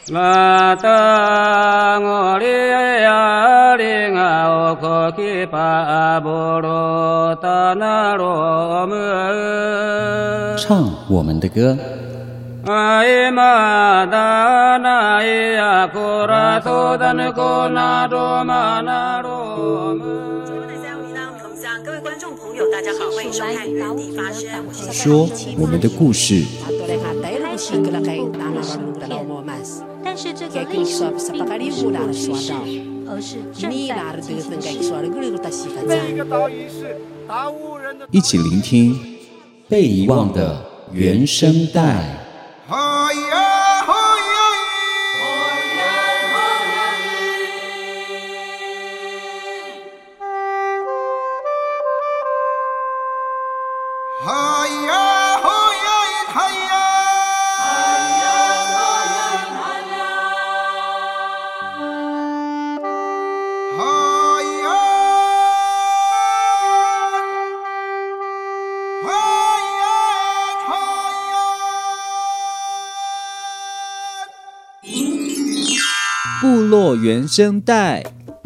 唱我们的歌。 各位观众朋友大家好，欢迎收看原地发声， 说我们的故事。 但是这个历史并不是过去式，而是正在进行时。 一起聆听被遗忘的原声带。部落原声带。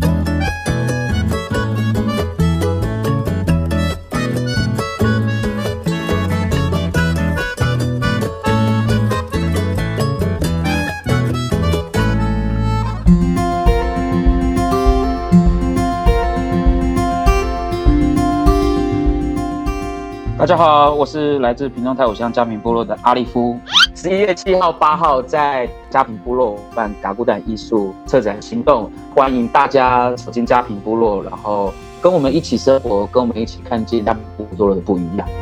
大家好，我是来自屏东太武乡嘉平部落的阿利夫。11月7号、8号在嘉平部落办嘎古蛋艺术策展行动，欢迎大家走进嘉平部落，然后跟我们一起生活，跟我们一起看见嘉平部落的不一样。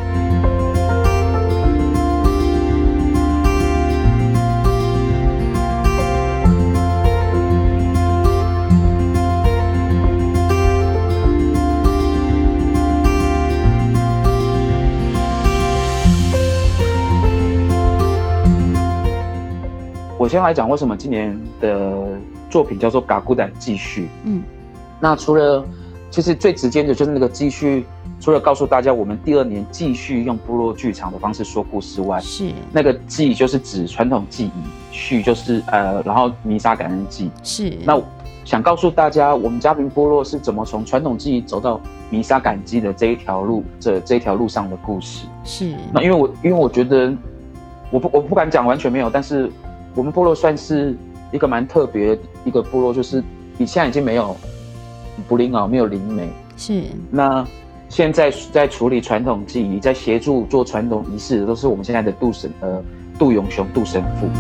我先来讲为什么今年的作品叫做《嘎古蛋继续》。那除了其实最直接的就是那个继续，除了告诉大家我们第2年继续用部落剧场的方式说故事外，是那个祭就是指传统技艺，续就是然后弥撒感恩祭。是那想告诉大家，我们嘉平部落是怎么从传统技艺走到弥撒感恩祭的这一条路上的故事。是那因为我觉得我不敢讲完全没有，但是我们部落算是一个蛮特别的一个部落，就是现在已经没有不灵鳌，没有灵媒。是那现在在处理传统技艺，在协助做传统仪式的，都是我们现在的杜永雄杜神父。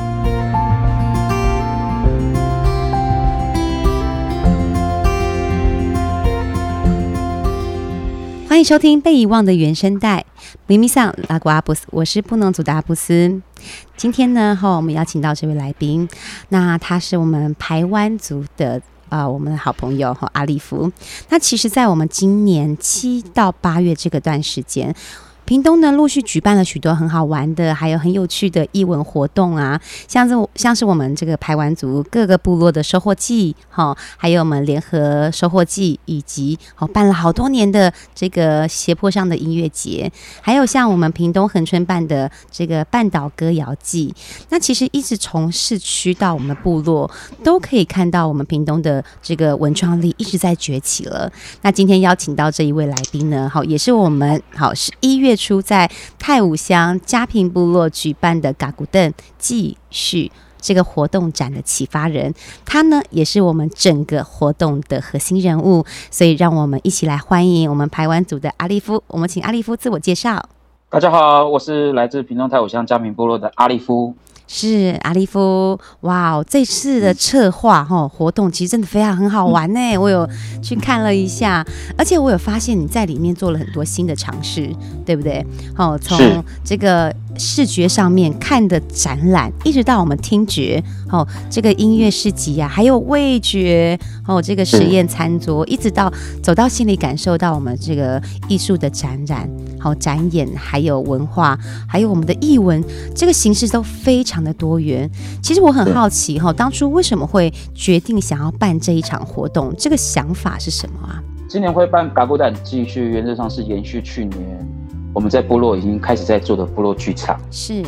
欢迎收听被遗忘的原声带，咪咪桑拉古阿布斯，我是布农族的阿布斯。今天呢，我们邀请到这位来宾，那他是我们排湾族的我们的好朋友阿利夫。那其实，在我们今年7到8月这个段时间，屏东呢陆续举办了许多很好玩的，还有很有趣的艺文活动啊，像是我们这个排湾族各个部落的收获季，还有我们联合收获季，以及办了好多年的这个斜坡上的音乐节，还有像我们屏东恒春办的这个半岛歌谣季。那其实一直从市区到我们部落，都可以看到我们屏东的这个文创力一直在崛起了。那今天邀请到这一位来宾呢，也是我们是1月初在太武乡嘉平部落举办的嘎古蛋继续这个活动展的启发人，他呢也是我们整个活动的核心人物，所以让我们一起来欢迎我们排湾族的阿利夫。我们请阿利夫自我介绍。 大家好，我是来自屏东太武乡嘉平部落的阿利夫。 是阿利夫，哇，这次的策划活动其实真的非常很好玩呢，我有去看了一下，而且我有发现你在里面做了很多新的尝试，对不对？从这个视觉上面看的展览，一直到我们听觉，这个音乐市集啊，还有味觉，这个实验餐桌，一直到走到心里感受到我们这个艺术的展览，展演，还有文化，还有我们的艺文，这个形式都非常的多元。其实我很好奇当初为什么会决定想要办这一场活动，这个想法是什么啊？ 今年会办嘎古蛋继续，原则上是延续去年我们在部落已经开始在做的部落剧场。是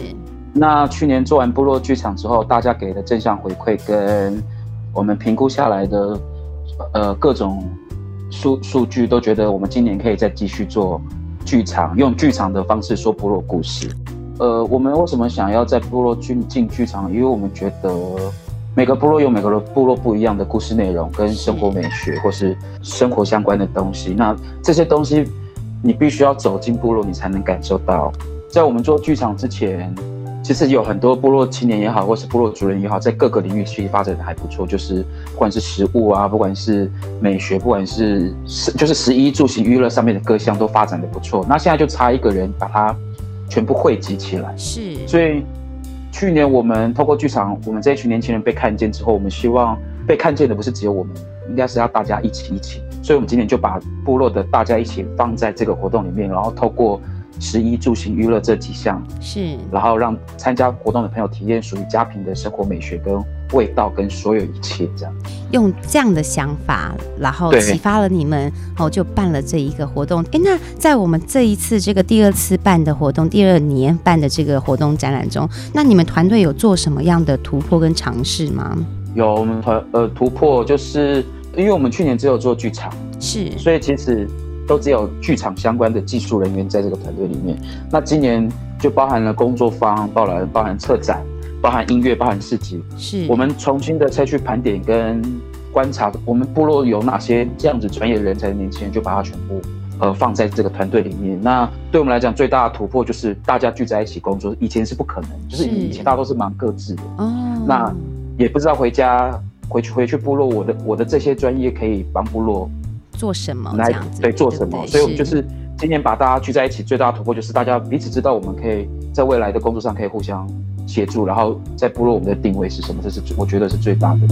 那去年做完部落剧场之后，大家给的正向回馈跟我们评估下来的各种数据，都觉得我们今年可以再继续做剧场，用剧场的方式说部落故事。我们为什么想要在部落进剧场？因为我们觉得每个部落有每个部落不一样的故事内容跟生活美学或是生活相关的东西，那这些东西你必须要走进部落你才能感受到。在我们做剧场之前，其实有很多部落青年也好或是部落族人也好，在各个领域其实发展的还不错，就是不管是食物啊，不管是美学，不管是就是食衣住行娱乐上面的各项都发展的不错。那现在就差一个人把它全部汇集起来， 是。 所以去年我们透过剧场，我们这一群年轻人被看见之后，我们希望被看见的不是只有我们，应该是要大家一起。所以我们今年就把部落的大家一起放在这个活动里面，然后透过食衣住行娱乐这几项， 是，然后让参加活动的朋友体验属于家庭的生活美学跟味道跟所有一切，这样用这样的想法，然后启发了你们，就办了这一个活动。那在我们这一次这个第2次办的活动，第2年办的这个活动展览中，那你们团队有做什么样的突破跟尝试吗？ 有，我们突破就是因为我们去年只有做剧场， 是， 所以其实都只有剧场相关的技术人员在这个团队里面。那今年就包含了工作坊，包含策展，包含音乐，包含市集。是，我们重新的再去盘点跟观察，我们部落有哪些这样子专业人才的年轻人，就把它全部放在这个团队里面。那对我们来讲，最大的突破就是大家聚在一起工作，以前是不可能，就是以前大家都是忙各自的。那也不知道回去部落，我的这些专业可以帮部落做什么这样子？ 对，做什么？所以我们就是今年把大家聚在一起，最大的突破就是大家彼此知道我们可以在未来的工作上可以互相协助，然后在部落我们的定位是什么，这是我觉得是最大的。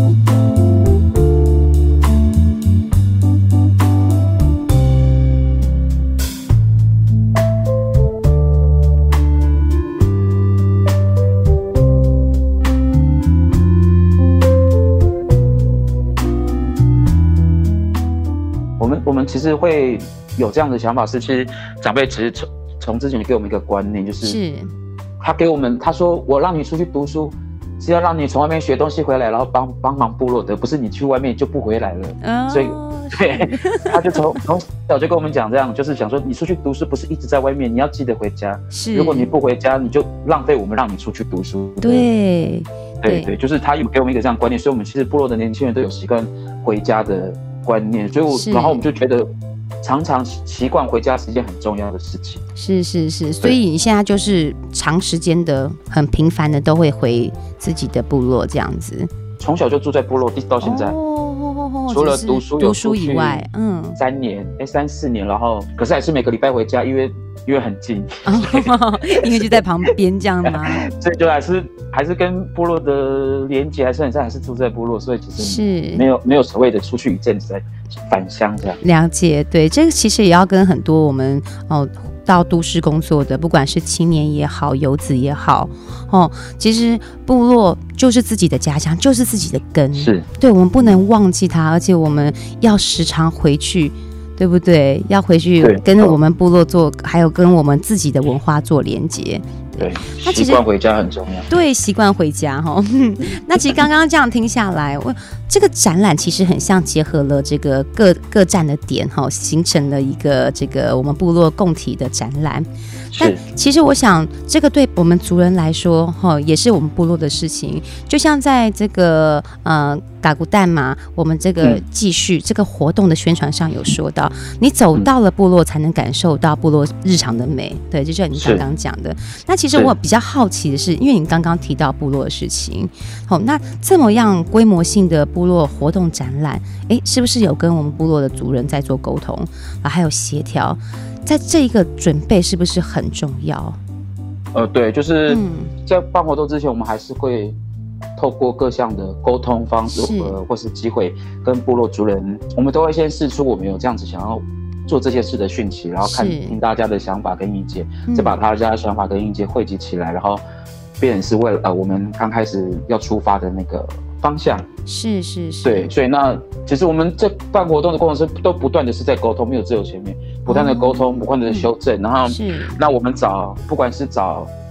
我们其实会有这样的想法，是其实长辈只是从之前给我们一个观念，就是他给我们，他说我让你出去读书是要让你从外面学东西回来，然后帮忙部落的，不是你去外面就不回来了。所以对，他就从小就跟我们讲这样，就是想说你出去读书不是一直在外面，你要记得回家。如果你不回家，你就浪费我们让你出去读书。 对， 就是他有给我们一个这样的观念，所以我们其实部落的年轻人都有习惯回家的观念，所以然后我们就觉得常常习惯回家是一件很重要的事情。 是，所以你现在就是长时间的、很频繁的都会回自己的部落这样子。 从小就住在部落到现在，除了读书以外，3年3、4年，然后可是还是每个礼拜回家，因为很近， 因为就在旁边这样吗？ 所以就还是跟部落的连结还是很像，还是住在部落，所以其实是没有所谓的出去一阵子再返乡这样。 了解，对，这个其实也要跟很多我们到都市工作的，不管是青年也好，游子也好，其实部落就是自己的家乡，就是自己的根，是对，我们不能忘记它，而且我们要时常回去。对不对？要回去跟我们部落做，还有跟我们自己的文化做连结。 对，习惯回家很重要。 对，习惯回家哈。那其实刚刚这样听下来，这个展览其实很像结合了这个各站的点哈，形成了一个这个我们部落共体的展览。但其实我想，这个对我们族人来说，也是我们部落的事情。就像在这个嘎古蛋嘛，我们这个继续这个活动的宣传上有说到，你走到了部落才能感受到部落日常的美。对，这就是你刚刚讲的。那其实我比较好奇的是，因为你刚刚提到部落的事情，那这么样规模性的部落活动展览，是不是有跟我们部落的族人在做沟通，还有协调？在这一个准备是不是很重要？ 对，就是在办活动之前，我们还是会透过各项的沟通方式，或是机会跟部落族人，我们都会先释出我们有这样子想要做这些事的讯息，然后听大家的想法跟意见，再把大家的想法跟意见汇集起来，然后变成是为了我们刚开始要出发的那个方向。 是， 对，所以那其实我们在办活动的过程中都不断的是在沟通，没有只有前面不断的沟通，不断的修正，然后那我们不管是找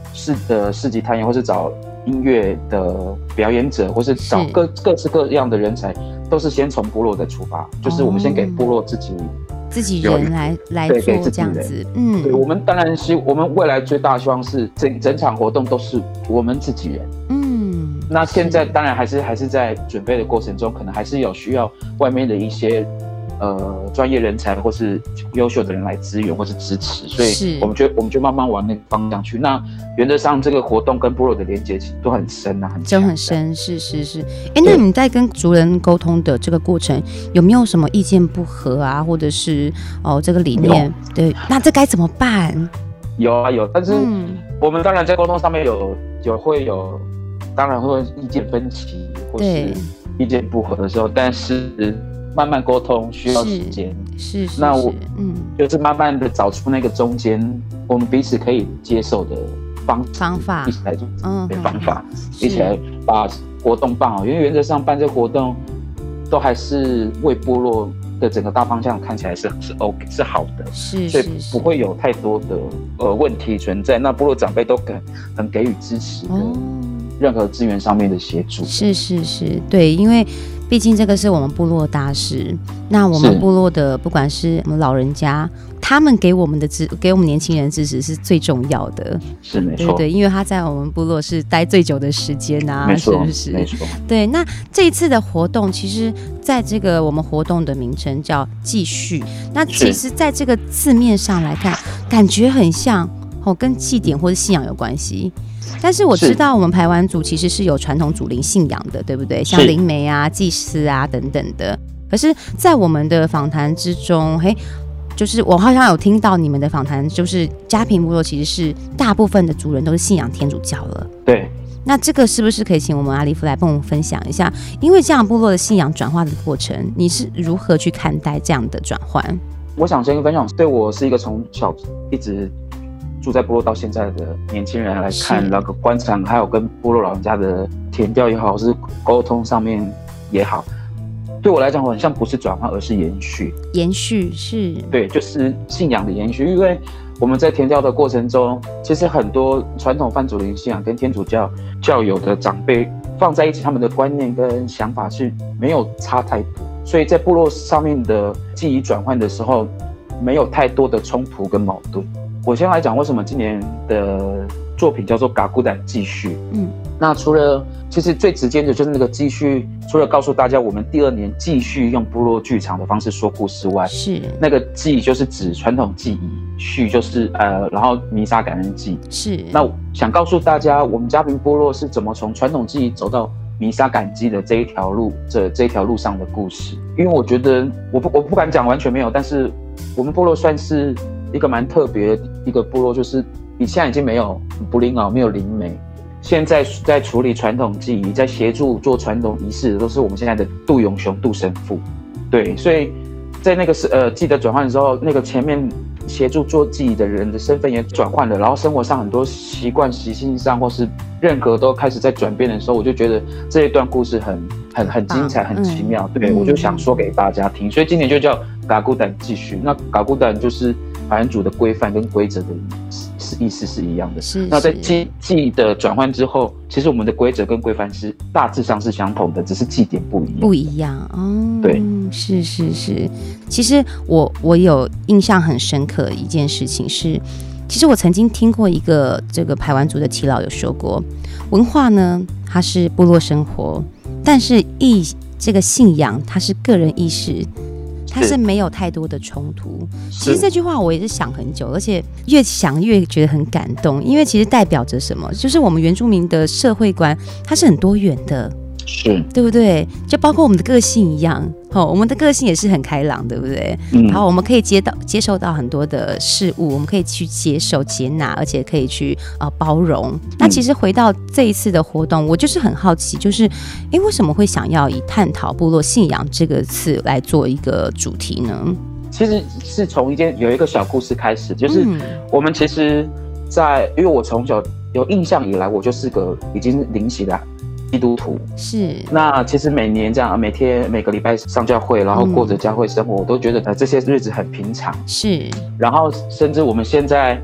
市集探员，或是找音乐的表演者，或是找各式各样的人才，都是先从部落的出发，就是我们先给部落自己人来做这样子。 对，我们当然我们未来最大的希望是整场活动都是我们自己人。那现在当然还是在准备的过程中，可能还是有需要外面的一些专业人才或是优秀的人来支援或是支持，所以我们就慢慢往那个方向去。那原则上这个活动跟部落的连接都很深啊， 很深，是。那你们在跟族人沟通的这个过程，有没有什么意见不合啊，或者是这个理念？对，那这该怎么办？ 有，但是我们当然在沟通上面会有，当然会意见分歧或是意见不合的时候，但是慢慢沟通需要时间， 是。 那就是慢慢的找出那个中间我们彼此可以接受的方法，一起来做方法，一起来把活动办好。因为原则上办这个活动，都还是为部落的整个大方向看起来是 OK 是好的，所以不会有太多的问题存在。那部落长辈都很给予支持的，任何资源上面的协助。 是，对，因为毕竟这个是我们部落大事，那我们部落的不管是我们老人家，他们给我们年轻人支持是最重要的， 是没错， 对，因为他在我们部落是待最久的时间啊，是不是？ 没错。 对，那这一次的活动，其实在这个我们活动的名称叫继续，那其实在这个字面上来看，感觉很像跟祭典或者信仰有关系。但是我知道我们排湾族其实是有传统祖灵信仰的，对不对？像灵媒啊、祭司啊等等的。可是，在我们的访谈之中，就是我好像有听到你们的访谈，就是嘉平部落其实是大部分的族人都是信仰天主教了。 对。 那这个是不是可以请我们阿利夫来帮我们分享一下？因为这样部落的信仰转化的过程，你是如何去看待这样的转换？ 我想先分享，对我是一个从小一直住在部落到现在的年轻人来看，那个观察，还有跟部落老人家的田调也好，是沟通上面也好，对我来讲，很像不是转换，而是延续。延续是，对，就是信仰的延续。因为我们在田调的过程中，其实很多传统泛祖灵信仰跟天主教教友的长辈放在一起，他们的观念跟想法是没有差太多，所以在部落上面的记忆转换的时候，没有太多的冲突跟矛盾。我先来讲为什么今年的作品叫做《嘎古胆继续》。那除了其实最直接的就是那个继续，除了告诉大家我们第2年继续用部落剧场的方式说故事外，是那个祭就是指传统祭仪，续就是然后弥撒感恩祭。是那想告诉大家，我们嘉平部落是怎么从传统祭仪走到弥撒感祭的这一条路上的故事。因为我觉得我不敢讲完全没有，但是我们部落算是一个蛮特别的一个部落，就是现在已经没有不灵袄，没有灵媒，现在在处理传统祭仪，在协助做传统仪式的都是我们现在的杜永雄杜神父。对，所以在那个祭的转换的时候，那个前面协助做祭仪的人的身份也转换了，然后生活上很多习惯习性上或是任何都开始在转变的时候，我就觉得这一段故事很精彩，很奇妙。对，我就想说给大家听，所以今年就叫嘎古胆继续。那嘎古胆就是排湾族的规范跟规则的意思是一样的。那在祭的转换之后，其实我们的规则跟规范是大致上是相同的，只是祭点不一样哦。对，是。其实我有印象很深刻的一件事情是，其实我曾经听过一个这个排湾族的耆老有说过，文化呢它是部落生活，但是这个信仰它是个人意识，它是没有太多的冲突。其实这句话我也是想很久，而且越想越觉得很感动，因为其实代表着什么？就是我们原住民的社会观，它是很多元的，是对不对？就包括我们的个性一样，我们的个性也是很开朗，对不对？然后我们可以接受到很多的事物，我们可以去接受、接纳，而且可以去包容。那其实回到这一次的活动，我就是很好奇，就是为什么会想要以探讨部落信仰这个词来做一个主题呢？其实是从有一个小故事开始，就是我们其实因为我从小有印象以来，我就是个已经灵洗的基督徒，是。那其实每年这样，每个礼拜上教会，然后过着教会生活，我都觉得这些日子很平常，是。然后甚至我们现在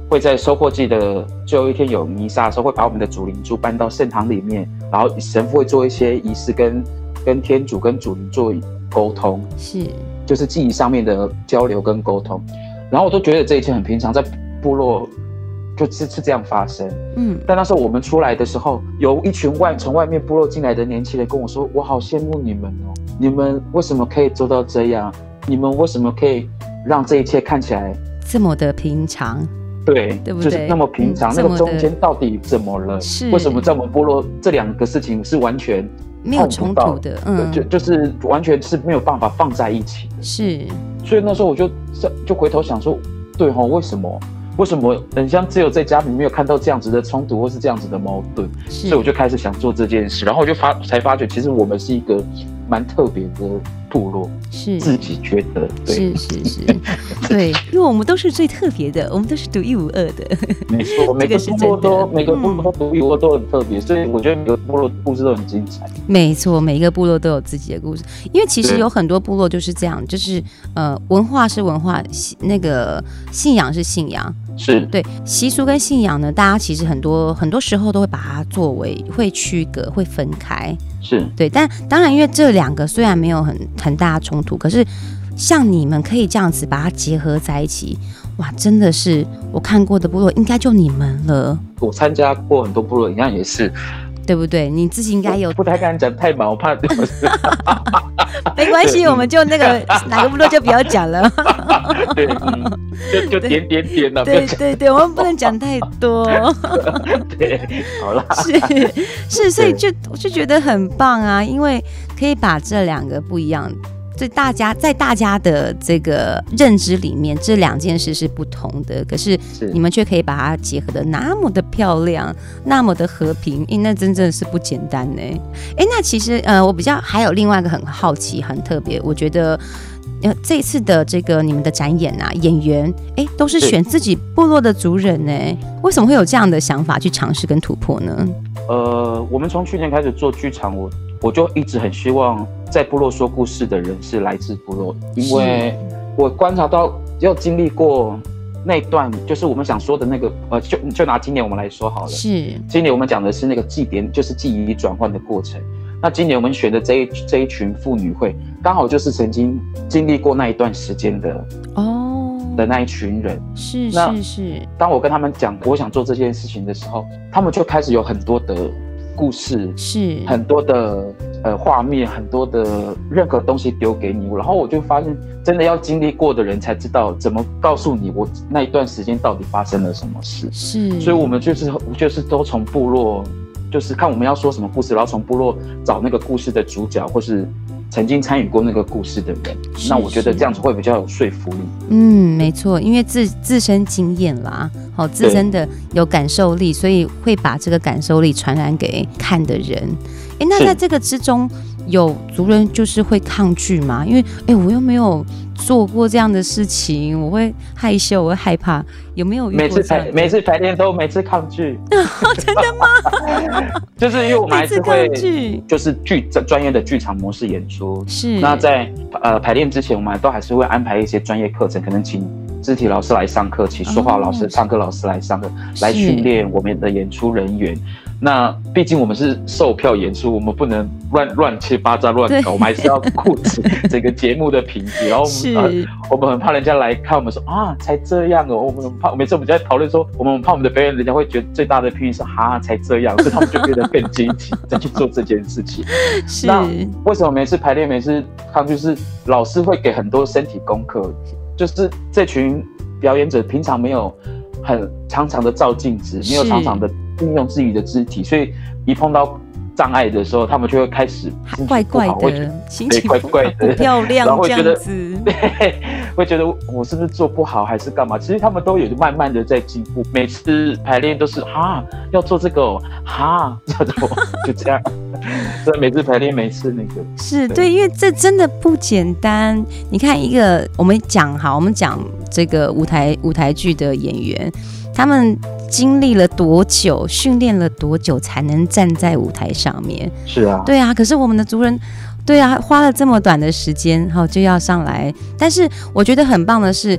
会在收获季的最后一天有弥撒的时候，会把我们的主灵柱搬到圣堂里面，然后神父会做一些仪式跟天主跟主灵做沟通，就是记忆上面的交流跟沟通。然后我都觉得这一切很平常，在部落就是这样发生。但那时候我们出来的时候，有一群从外面部落进来的年轻人跟我说，我好羡慕你们哦，你们为什么可以做到这样？你们为什么可以让这一切看起来这么的平常？ 对不对？ 就是那么平常，那个中间到底怎么了？为什么在我们部落这两个事情是完全没有冲突的？ 就是完全是没有办法放在一起的。所以那时候我就回头想说，对齁，为什么很像只有在家里没有看到这样子的冲突或是这样子的矛盾？所以我就开始想做这件事，然后我就才发觉，其实我们是一个蛮特别的部落，自己觉得，对， 是，对，因为我们都是最特别的，我们都是独一无二的， 没错，每个部落都独一无二，都很特别，所以我觉得每个部落的故事都很精彩。 没错，每一个部落都有自己的故事，因为其实有很多部落就是这样，就是文化是文化，那个信仰是信仰。对，习俗跟信仰呢，大家其实很多时候都会把它作为会区隔、会分开，对。但当然，因为这两个虽然没有很大的冲突，可是像你们可以这样子把它结合在一起，哇，真的是我看过的部落，应该就你们了。 我参加过很多部落，一样也是。 对不对？你自己应该有， 不太敢讲太满，我怕。 没关系，我们就那个哪个部落就不要讲了。 对，就点了。 对，我们不能讲太多。 对，好了。 是，所以我就觉得很棒啊，因为可以把这两个不一样。在大家的这个认知里面，这两件事是不同的，可是你们却可以把它结合的那么的漂亮，那么的和平，那真的是不简单呢。那其实我比较还有另外一个很好奇、很特别，我觉得这一次的这个你们的展演啊，演员都是选自己部落的族人呢，为什么会有这样的想法去尝试跟突破呢？ 我们从去年开始做剧场，我就一直很希望在部落说故事的人是来自部落，因为我观察到要经历过那一段，就是我们想说的那个就拿今年我们来说好了。今年我们讲的是那个祭典，就是记忆转换的过程。那今年我们选的这一群妇女会，刚好就是曾经经历过那一段时间的那一群人。是。当我跟他们讲我想做这件事情的时候，他们就开始有很多的故事，很多的画面，很多的任何东西丢给你，然后我就发现，真的要经历过的人才知道怎么告诉你我那一段时间到底发生了什么事。所以我们就是都从部落，就是看我们要说什么故事，然后从部落找那个故事的主角，或是曾经参与过那个故事的人。那我觉得这样子会比较有说服力。 没错，因为自身经验啦，自身的有感受力，所以会把这个感受力传染给看的人。那在这个之中，有族人就是会抗拒吗？因为我又没有做过这样的事情，我会害羞，我会害怕。有没有遇过这样？ 每次排练都每次抗拒。 真的吗？ 就是因为我们还是会就是专业的剧场模式演出。那在排练之前，我们都还是会安排一些专业课程，可能请肢体老师来上课，请说话老师、唱歌老师来上课，来训练我们的演出人员。那毕竟我们是售票演出，我们不能乱七八糟乱搞，我们还是要顾及整个节目的品质。然后我们很怕人家来看我们说才这样哦，我们很怕。每次我们在讨论说，我们很怕我们的表演，人家会觉得最大的批评是才这样，所以他们就变得更积极再去做这件事情。那为什么每次排练每次抗拒？是老师会给很多身体功课，就是这群表演者平常没有很常常的照镜子，没有常常的运用自己的肢体，所以一碰到障碍的时候，他们就会开始怪怪的，心情怪怪的， 不漂亮，然后会觉得对，会觉得我是不是做不好还是干嘛？其实他们都有慢慢的在进步。每次排练都是要做这个就这样。所以每次排练每次那个是对，因为这真的不简单。你看一个我们讲这个舞台剧的演员，他们经历了多久，训练了多久才能站在舞台上面？ 是啊， 对啊。可是我们的族人，对啊，花了这么短的时间，就要上来。但是我觉得很棒的是，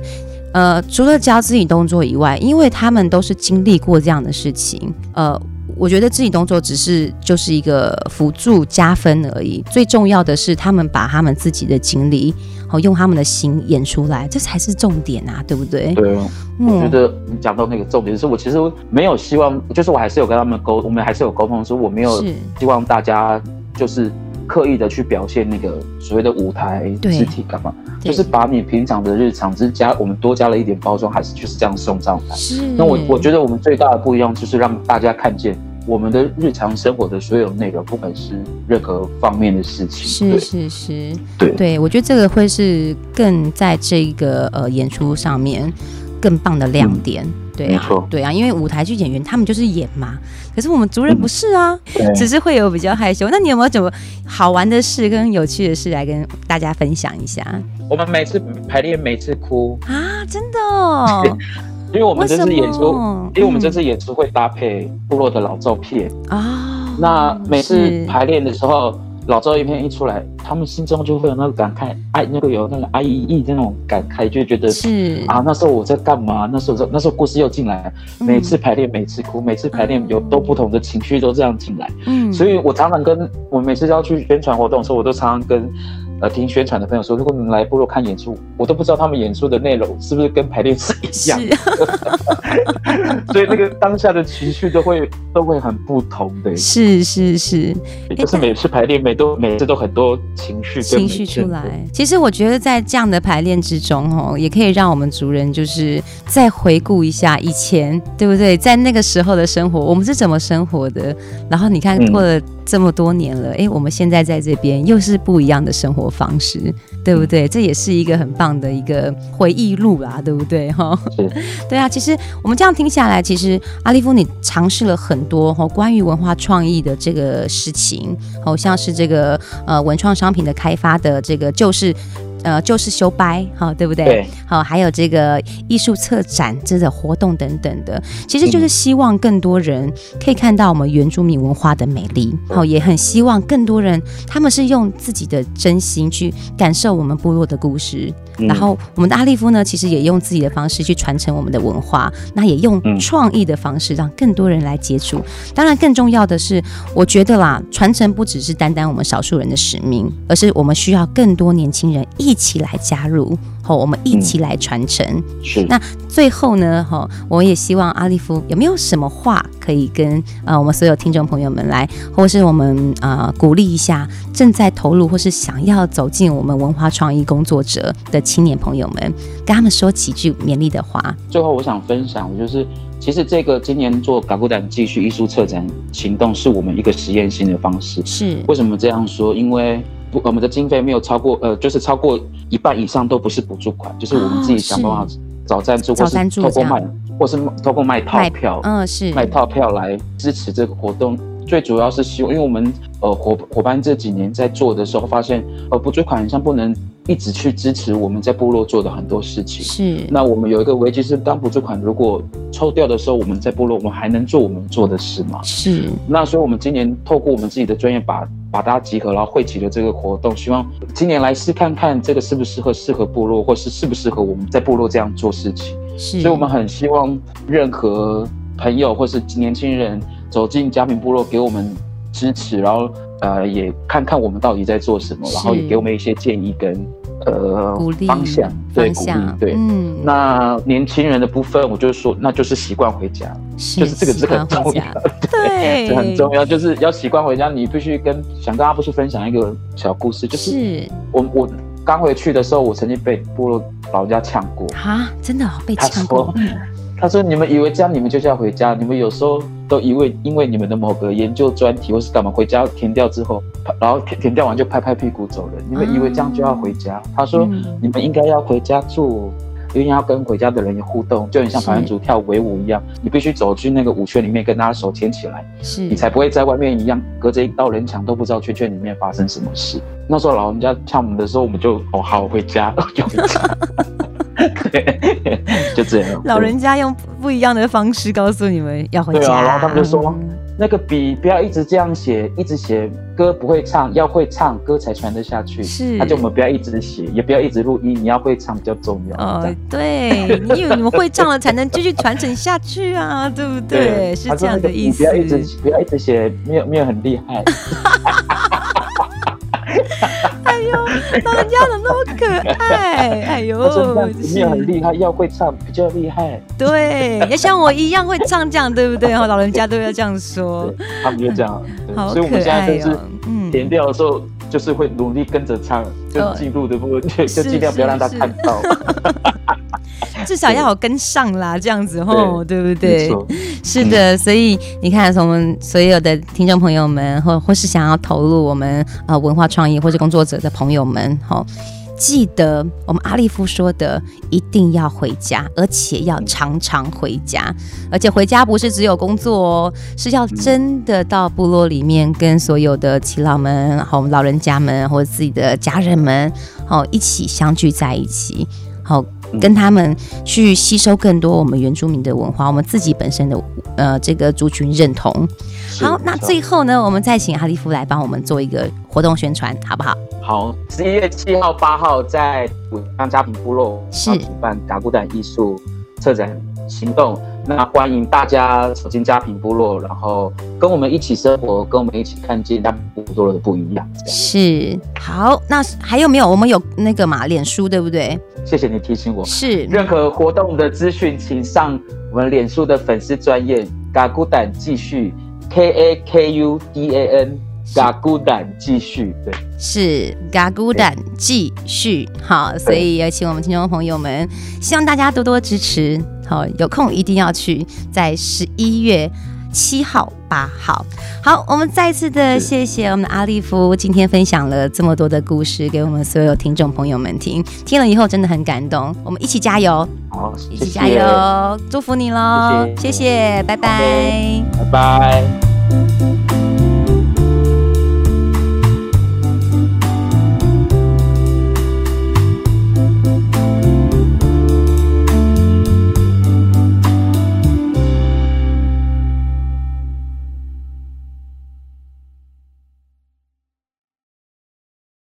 除了教肢体动作以外，因为他们都是经历过这样的事情，我觉得肢体动作就是一个辅助加分而已，最重要的是他们把他们自己的经历，用他们的心演出来，这才是重点啊，对不对？ 对，我觉得你讲到那个重点是，我其实没有希望，就是我还是有跟他们我们还是有沟通，说我没有希望大家就是刻意的去表现那个所谓的舞台肢体干嘛，就是把你平常的日常只是我们多加了一点包装，还是就是这样送上来。那我觉得我们最大的不一样就是让大家看见我们的日常生活的所有内容，不管是任何方面的事情。 是，对，我觉得这个会是更在这个演出上面更棒的亮点。对啊，对啊，因为舞台剧演员他们就是演嘛，可是我们族人不是啊，只是会有比较害羞。那你有没有什么好玩的事跟有趣的事来跟大家分享一下？ 我们每次排练每次哭啊，真的哦。 因为我们这次演出，因为我们这次演出会搭配部落的老照片啊，那每次排练的时候，老照片一出来，他们心中就会有那个感慨，有那个哀意那种感慨，就觉得是啊，那时候我在干嘛？那时候故事又进来，每次排练每次哭，每次排练有都不同的情绪都这样进来，所以我常常跟我每次要去宣传活动的时候，我都常常跟听宣传的朋友说，如果你们来部落看演出，我都不知道他们演出的内容是不是跟排练是一样的，所以那个当下的情绪都会很不同的。是，就是每次排练每次都很多情绪出来。其实我觉得在这样的排练之中，也可以让我们族人就是再回顾一下以前，对不对？在那个时候的生活，我们是怎么生活的？然后你看过了这么多年了，我们现在在这边又是不一样的生活方式，对不对？这也是一个很棒的一个回忆录啦，对不对？对啊，其实我们这样听下来，其实阿利夫你尝试了很多关于文化创意的这个事情，像是这个文创商品的开发的这个就是修掰，对不对？对，还有这个艺术策展这个活动等等的，其实就是希望更多人可以看到我们原住民文化的美丽，也很希望更多人他们是用自己的真心去感受我们部落的故事，然后我们的阿利夫呢，其实也用自己的方式去传承我们的文化，那也用创意的方式让更多人来接触。当然更重要的是，我觉得啦，传承不只是单单我们少数人的使命，而是我们需要更多年轻人一起来加入，我们一起来传承。那最后呢，我也希望阿利夫有没有什么话可以跟我们所有听众朋友们来，或是我们鼓励一下正在投入或是想要走进我们文化创意工作者的青年朋友们，跟他们说几句勉励的话。 最后我想分享的就是，其实这个今年做嘎古丹继续艺术策展行动是我们一个实验性的方式。是为什么这样说？因为我们的经费没有超过就是超过一半以上都不是补助款，就是我们自己想办法找赞助，或是透过卖，或是透过卖套票，卖套票来支持这个活动。最主要是希望，因为我们伙伴这几年在做的时候发现，补助款好像不能一直去支持我们在部落做的很多事情。是。那我们有一个危机是，当补助款如果抽掉的时候，我们在部落我们还能做我们做的事吗？是。那所以我们今年透过我们自己的专业把大家集合，然后汇集了这个活动，希望今年来试看看这个适不适合部落，或是适不适合我们在部落这样做事情。是。所以我们很希望任何朋友或是年轻人走进嘉明部落，给我们支持，然后也看看我们到底在做什么，然后也给我们一些建议跟鼓励方向，对，鼓励，对。那年轻人的部分，我就说，那就是习惯回家，就是这个很重要，对，这很重要，就是要习惯回家。你必须想跟阿布叔分享一个小故事，就是我刚回去的时候，我曾经被部落老人家呛过啊，真的被呛过。他说：“你们以为这样你们就是要回家？你们有时候都因为你们的某个研究专题或是干嘛回家填掉之后，然后填掉完就拍拍屁股走人。你们以为这样就要回家？”他说：“你们应该要回家做，因为要跟回家的人有互动，就很像排湾族跳围舞一样，你必须走进那个舞圈里面，跟大家手牵起来，你才不会在外面一样隔着一道人墙都不知道圈圈里面发生什么事。”那时候老人家呛我们的时候，我们就好回家就回家。 对，就这样。 老人家用不一样的方式告诉你们要回家。 对啊，然后他们就说，那个笔不要一直这样写，一直写歌不会唱，要会唱歌才传得下去。 是， 那就我们不要一直写，也不要一直录音，你要会唱比较重要。 哦，对，你以为你们会唱了才能继续传承下去啊，对不对？对，是这样的意思。 不要一直写，没有很厉害。 哎呦，老人家怎么那么可爱？哎呦， 没有很厉害，要会唱比较厉害。 对，要像我一样会唱，这样对不对？老人家都要这样说， 他们就这样。 好可爱哦。 所以我们现在就是填调的时候，就是会努力跟着唱，就记录的部分就尽量不要让他看到。 至少要有跟上啦，这样子吼，对不对？是的，所以你看，我们所有的听众朋友们，或是想要投入我们文化创意或者工作者的朋友们，记得我们阿利夫说的，一定要回家，而且要常常回家，而且回家不是只有工作哦，是要真的到部落里面跟所有的耆老们、老人家们或者自己的家人们，一起相聚在一起，跟他们去吸收更多我们原住民的文化，我们自己本身的这个族群认同。好，那最后呢，我们再请阿利夫来帮我们做一个活动宣传，好不好？ 好，11月7号、8号在武乡家平部落举办嘎古胆艺术策展行动，那欢迎大家走进家平部落，然后跟我们一起生活，跟我们一起看见家平部落的不一样。 是，好，那还有没有？我们有那个脸书对不对？ 谢谢你提醒我。 是， 任何活动的资讯，请上我们脸书的粉丝专页嘎古胆继续 KAKUDAN 嘎古胆继续，对， 是嘎古胆继续。好，所以也请我们听众朋友们，希望大家多多支持。好，有空一定要去，在11月7号、8号。好，我们再次的谢谢我们的阿利夫，今天分享了这么多的故事给我们所有听众朋友们听了以后真的很感动，我们一起加油， 好， 一起加油，祝福你咯，谢谢，拜拜， 拜拜。